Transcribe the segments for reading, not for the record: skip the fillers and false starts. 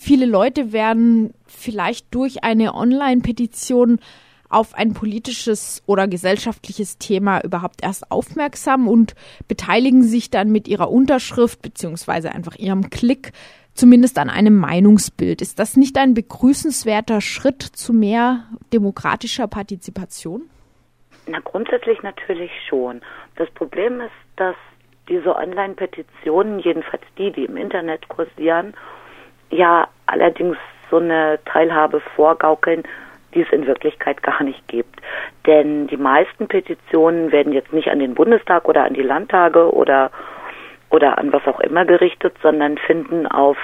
Viele Leute werden vielleicht durch eine Online-Petition auf ein politisches oder gesellschaftliches Thema überhaupt erst aufmerksam und beteiligen sich dann mit ihrer Unterschrift beziehungsweise einfach ihrem Klick zumindest an einem Meinungsbild. Ist das nicht ein begrüßenswerter Schritt zu mehr demokratischer Partizipation? Na, grundsätzlich natürlich schon. Das Problem ist, dass diese Online-Petitionen, jedenfalls die im Internet kursieren, ja allerdings so eine Teilhabe vorgaukeln, die es in Wirklichkeit gar nicht gibt. Denn die meisten Petitionen werden jetzt nicht an den Bundestag oder an die Landtage oder an was auch immer gerichtet, sondern finden auf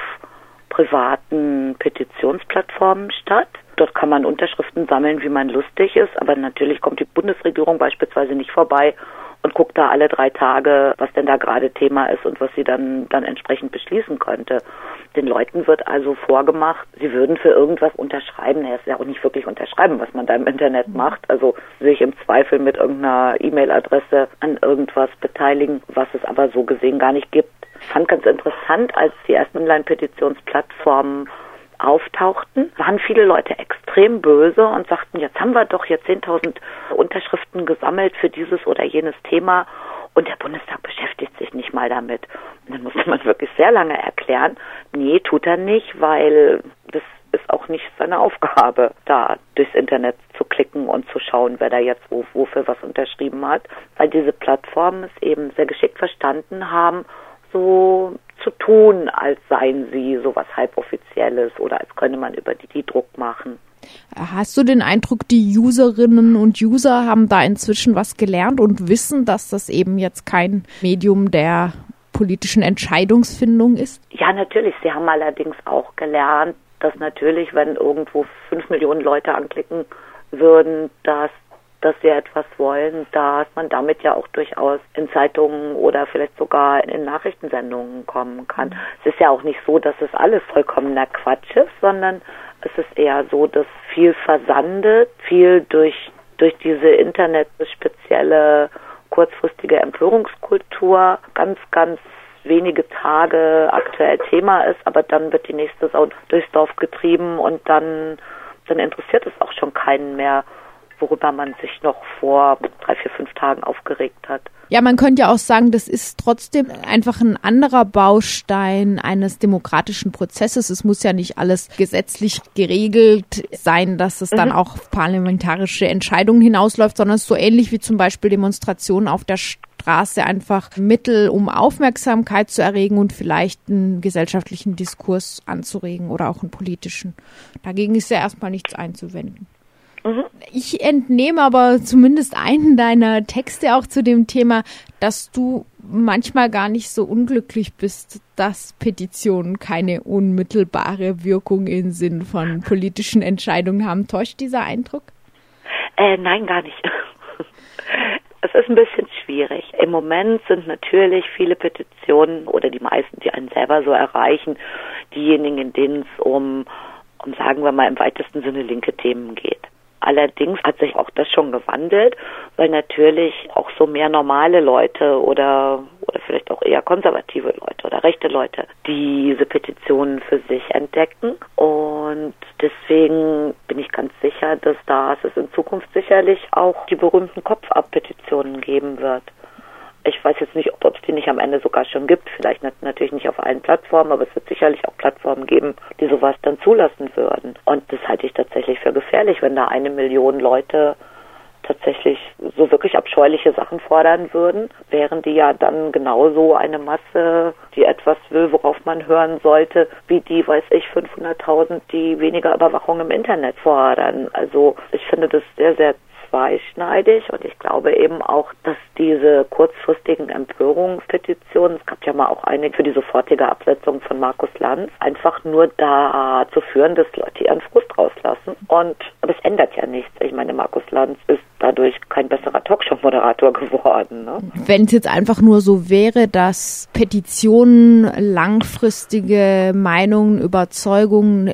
privaten Petitionsplattformen statt. Dort kann man Unterschriften sammeln, wie man lustig ist, aber natürlich kommt die Bundesregierung beispielsweise nicht vorbei und guckt da alle 3 Tage, was denn da gerade Thema ist und was sie dann entsprechend beschließen könnte. Den Leuten wird also vorgemacht, sie würden für irgendwas unterschreiben. Naja, es ist ja auch nicht wirklich unterschreiben, was man da im Internet macht. Also sich im Zweifel mit irgendeiner E-Mail-Adresse an irgendwas beteiligen, was es aber so gesehen gar nicht gibt. Ich fand ganz interessant, als die ersten Online-Petitionsplattformen auftauchten, waren viele Leute extrem böse und sagten, jetzt haben wir doch hier 10.000 Unterschriften gesammelt für dieses oder jenes Thema und der Bundestag beschäftigt sich nicht mal damit. Und dann musste man wirklich sehr lange erklären, nee, tut er nicht, weil das ist auch nicht seine Aufgabe, da durchs Internet zu klicken und zu schauen, wer da jetzt wofür was unterschrieben hat, weil diese Plattformen es eben sehr geschickt verstanden haben, so zu tun, als seien sie sowas Halboffizielles oder als könne man über die Druck machen. Hast du den Eindruck, die Userinnen und User haben da inzwischen was gelernt und wissen, dass das eben jetzt kein Medium der politischen Entscheidungsfindung ist? Ja, natürlich. Sie haben allerdings auch gelernt, dass natürlich, wenn irgendwo 5 Millionen Leute anklicken würden, dass wir etwas wollen, dass man damit ja auch durchaus in Zeitungen oder vielleicht sogar in Nachrichtensendungen kommen kann. Es ist ja auch nicht so, dass es alles vollkommener Quatsch ist, sondern es ist eher so, dass viel versandet, viel durch diese internetspezielle kurzfristige Empörungskultur ganz, ganz wenige Tage aktuell Thema ist, aber dann wird die nächste Sau durchs Dorf getrieben und dann interessiert es auch schon keinen mehr, worüber man sich noch vor 3, 4, 5 Tagen aufgeregt hat. Ja, man könnte ja auch sagen, das ist trotzdem einfach ein anderer Baustein eines demokratischen Prozesses. Es muss ja nicht alles gesetzlich geregelt sein, dass es dann auch auf parlamentarische Entscheidungen hinausläuft, sondern es ist so ähnlich wie zum Beispiel Demonstrationen auf der Straße einfach Mittel, um Aufmerksamkeit zu erregen und vielleicht einen gesellschaftlichen Diskurs anzuregen oder auch einen politischen. Dagegen ist ja erstmal nichts einzuwenden. Ich entnehme aber zumindest einen deiner Texte auch zu dem Thema, dass du manchmal gar nicht so unglücklich bist, dass Petitionen keine unmittelbare Wirkung im Sinn von politischen Entscheidungen haben. Täuscht dieser Eindruck? Nein, gar nicht. Es ist ein bisschen schwierig. Im Moment sind natürlich viele Petitionen oder die meisten, die einen selber so erreichen, diejenigen, in denen es um sagen wir mal im weitesten Sinne linke Themen geht. Allerdings hat sich auch das schon gewandelt, weil natürlich auch so mehr normale Leute oder vielleicht auch eher konservative Leute oder rechte Leute diese Petitionen für sich entdecken. Und deswegen bin ich ganz sicher, dass es in Zukunft sicherlich auch die berühmten Kopf-ab-Petitionen geben wird. Ich weiß jetzt nicht, ob es die nicht am Ende sogar schon gibt. Vielleicht natürlich nicht auf allen Plattformen, aber es wird sicherlich auch Plattformen geben, die sowas dann zulassen würden. Und das halte ich tatsächlich für gefährlich, wenn da 1 Million Leute tatsächlich so wirklich abscheuliche Sachen fordern würden, während die ja dann genauso eine Masse, die etwas will, worauf man hören sollte, wie die, 500.000, die weniger Überwachung im Internet fordern. Also ich finde das sehr, sehr zweischneidig und ich glaube eben auch, dass diese kurzfristigen Empörungspetitionen, es gab ja mal auch eine für die sofortige Absetzung von Markus Lanz, einfach nur dazu führen, dass Leute ihren Frust rauslassen. Aber es ändert ja nichts. Ich meine, Markus Lanz ist dadurch kein besserer Talkshow-Moderator geworden. Ne? Wenn es jetzt einfach nur so wäre, dass Petitionen langfristige Meinungen, Überzeugungen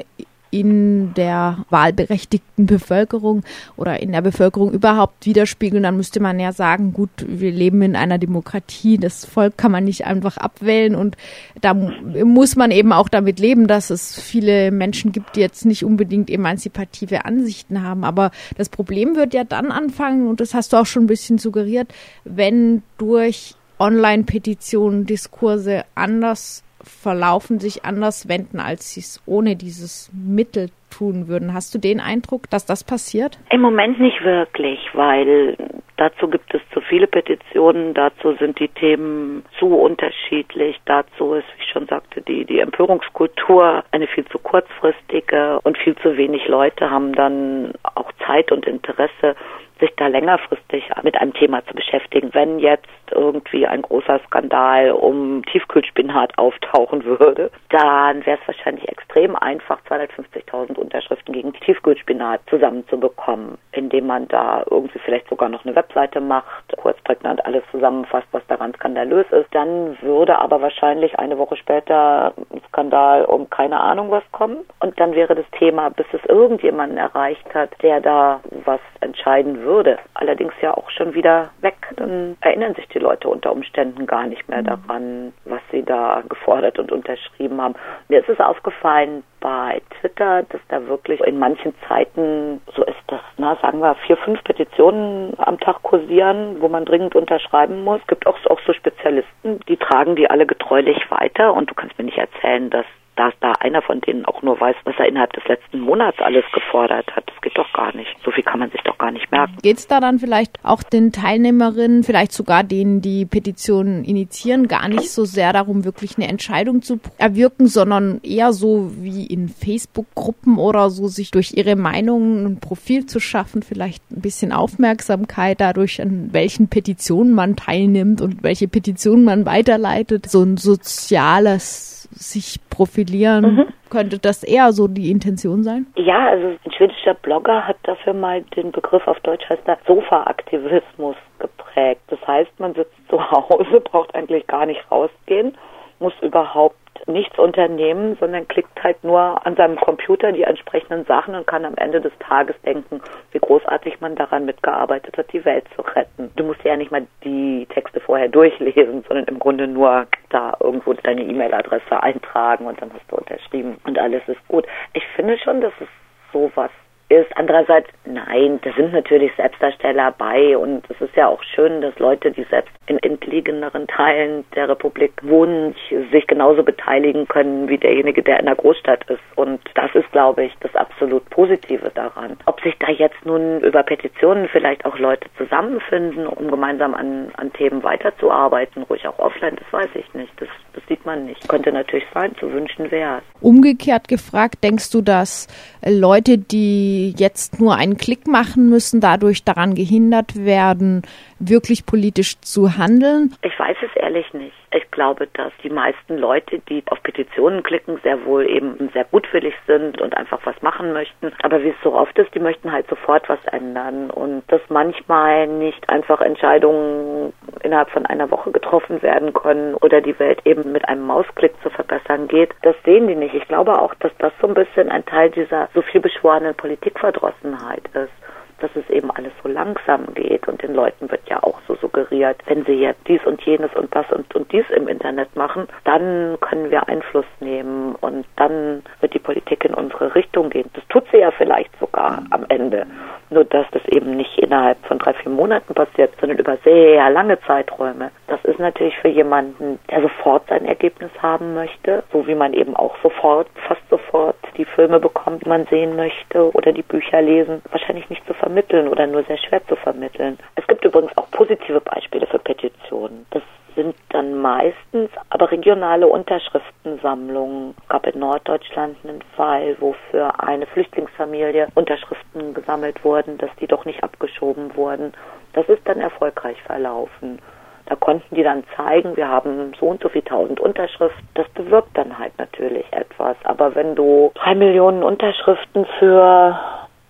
in der wahlberechtigten Bevölkerung oder in der Bevölkerung überhaupt widerspiegeln, dann müsste man ja sagen, gut, wir leben in einer Demokratie, das Volk kann man nicht einfach abwählen und da muss man eben auch damit leben, dass es viele Menschen gibt, die jetzt nicht unbedingt emanzipative Ansichten haben. Aber das Problem wird ja dann anfangen, und das hast du auch schon ein bisschen suggeriert, wenn durch Online-Petitionen Diskurse anders verlaufen, sich anders wenden, als sie es ohne dieses Mittel tun würden. Hast du den Eindruck, dass das passiert? Im Moment nicht wirklich, weil dazu gibt es zu viele Petitionen, dazu sind die Themen zu unterschiedlich, dazu ist, wie ich schon sagte, die Empörungskultur eine viel zu kurzfristige und viel zu wenig Leute haben dann auch Zeit und Interesse, sich da längerfristig mit einem Thema zu beschäftigen. Wenn jetzt irgendwie ein großer Skandal um Tiefkühlspinat auftauchen würde, dann wäre es wahrscheinlich extrem einfach, 250.000 Unterschriften gegen Tiefkühlspinat zusammenzubekommen, indem man da irgendwie vielleicht sogar noch eine Webseite macht, kurz prägnant alles zusammenfasst, was daran skandalös ist. Dann würde aber wahrscheinlich eine Woche später ein Skandal um keine Ahnung was kommen und dann wäre das Thema, bis es irgendjemanden erreicht hat, der da was entscheiden würde, allerdings ja auch schon wieder weg. Dann erinnern sich die Leute unter Umständen gar nicht mehr daran, was sie da gefordert und unterschrieben haben. Mir ist es aufgefallen bei Twitter, dass da wirklich in manchen Zeiten, so ist das, sagen wir 4, 5 Petitionen am Tag kursieren, wo man dringend unterschreiben muss. Es gibt auch so Spezialisten, die tragen die alle getreulich weiter und du kannst mir nicht erzählen, dass da einer von denen auch nur weiß, was er innerhalb des letzten Monats alles gefordert hat. Das geht doch gar nicht. So viel kann man sich doch gar nicht merken. Geht es da dann vielleicht auch den Teilnehmerinnen, vielleicht sogar denen, die Petitionen initiieren, gar nicht so sehr darum, wirklich eine Entscheidung zu erwirken, sondern eher so wie in Facebook-Gruppen oder so, sich durch ihre Meinungen ein Profil zu schaffen, vielleicht ein bisschen Aufmerksamkeit dadurch, an welchen Petitionen man teilnimmt und welche Petitionen man weiterleitet. So ein soziales sich profilieren. Könnte das eher so die Intention sein? Ja, also ein schwedischer Blogger hat dafür mal den Begriff, auf Deutsch heißt er Sofa-Aktivismus, geprägt. Das heißt, man sitzt zu Hause, braucht eigentlich gar nicht rausgehen, muss überhaupt nichts unternehmen, sondern klickt halt nur an seinem Computer die entsprechenden Sachen und kann am Ende des Tages denken, wie großartig man daran mitgearbeitet hat, die Welt zu retten. Du musst ja nicht mal die Texte vorher durchlesen, sondern im Grunde nur da irgendwo deine E-Mail-Adresse eintragen und dann hast du unterschrieben und alles ist gut. Ich finde schon, dass es sowas ist. Andererseits, nein, da sind natürlich Selbstdarsteller bei und es ist ja auch schön, dass Leute, die selbst in entlegeneren Teilen der Republik wohnen, sich genauso beteiligen können wie derjenige, der in der Großstadt ist. Und das ist, glaube ich, das absolut Positive daran. Ob sich da jetzt nun über Petitionen vielleicht auch Leute zusammenfinden, um gemeinsam an Themen weiterzuarbeiten, ruhig auch offline, das weiß ich nicht. Das sieht man nicht. Könnte natürlich sein, zu wünschen wäre es. Umgekehrt gefragt, denkst du, dass Leute, die jetzt nur einen Klick machen müssen, dadurch daran gehindert werden, wirklich politisch zu handeln? Ich weiß es ehrlich nicht. Ich glaube, dass die meisten Leute, die auf Petitionen klicken, sehr wohl eben sehr gutwillig sind und einfach was machen möchten. Aber wie es so oft ist, die möchten halt sofort was ändern und dass manchmal nicht einfach Entscheidungen innerhalb von einer Woche getroffen werden können oder die Welt eben mit einem Mausklick zu verbessern geht, das sehen die nicht. Ich glaube auch, dass das so ein bisschen ein Teil dieser so viel beschworenen Politikverdrossenheit ist, dass es eben alles so langsam geht und den Leuten wird ja auch so suggeriert, wenn sie jetzt dies und jenes und das und dies im Internet machen, dann können wir Einfluss nehmen und dann wird die Politik in unsere Richtung gehen. Das tut sie ja vielleicht sogar am Ende. Nur, dass das eben nicht innerhalb von 3-4 Monaten passiert, sondern über sehr lange Zeiträume. Das ist natürlich für jemanden, der sofort sein Ergebnis haben möchte, so wie man eben auch fast sofort die Filme bekommt, die man sehen möchte oder die Bücher lesen, wahrscheinlich nicht zu vermitteln oder nur sehr schwer zu vermitteln. Es gibt übrigens auch positive Beispiele für Petitionen. Das sind dann meistens aber regionale Unterschriftensammlungen. Es gab in Norddeutschland einen Fall, wo für eine Flüchtlingsfamilie Unterschriften gesammelt wurden, dass die doch nicht abgeschoben wurden. Das ist dann erfolgreich verlaufen. Da konnten die dann zeigen, wir haben so und so viel 1000 Unterschriften. Das bewirkt dann halt natürlich etwas. Aber wenn du 3 Millionen Unterschriften für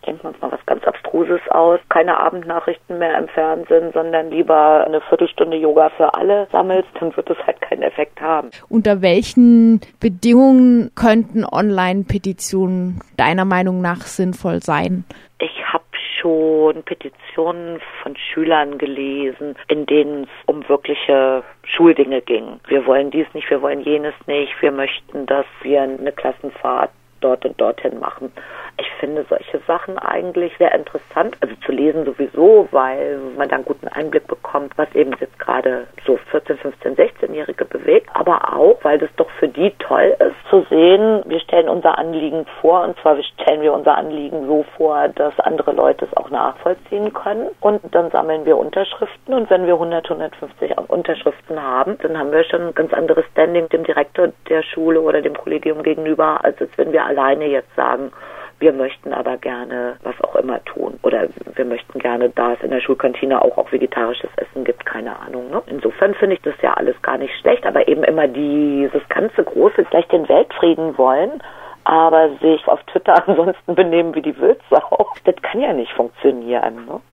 denken wir uns mal was ganz Abstruses aus, keine Abendnachrichten mehr im Fernsehen, sondern lieber eine Viertelstunde Yoga für alle sammelst, dann wird es halt keinen Effekt haben. Unter welchen Bedingungen könnten Online-Petitionen deiner Meinung nach sinnvoll sein? Ich habe schon Petitionen von Schülern gelesen, in denen es um wirkliche Schuldinge ging. Wir wollen dies nicht, wir wollen jenes nicht, wir möchten, dass wir eine Klassenfahrt dort und dorthin machen. Ich finde solche Sachen eigentlich sehr interessant, also zu lesen sowieso, weil man da einen guten Einblick bekommt, was eben jetzt gerade so 14-, 15-, 16-Jährige bewegt, aber auch, weil das doch für die toll ist, zu sehen, wir stellen unser Anliegen vor, und zwar stellen wir unser Anliegen so vor, dass andere Leute es auch nachvollziehen können, und dann sammeln wir Unterschriften, und wenn wir 100, 150 Unterschriften haben, dann haben wir schon ein ganz anderes Standing dem Direktor der Schule oder dem Kollegium gegenüber, als wenn wir alleine jetzt sagen, wir möchten aber gerne was auch immer tun. Oder wir möchten gerne, da es in der Schulkantine auch vegetarisches Essen gibt, keine Ahnung. Ne? Insofern finde ich das ja alles gar nicht schlecht, aber eben immer dieses ganze große, gleich den Weltfrieden wollen, aber sich auf Twitter ansonsten benehmen wie die Wildsau. Das kann ja nicht funktionieren. Ne?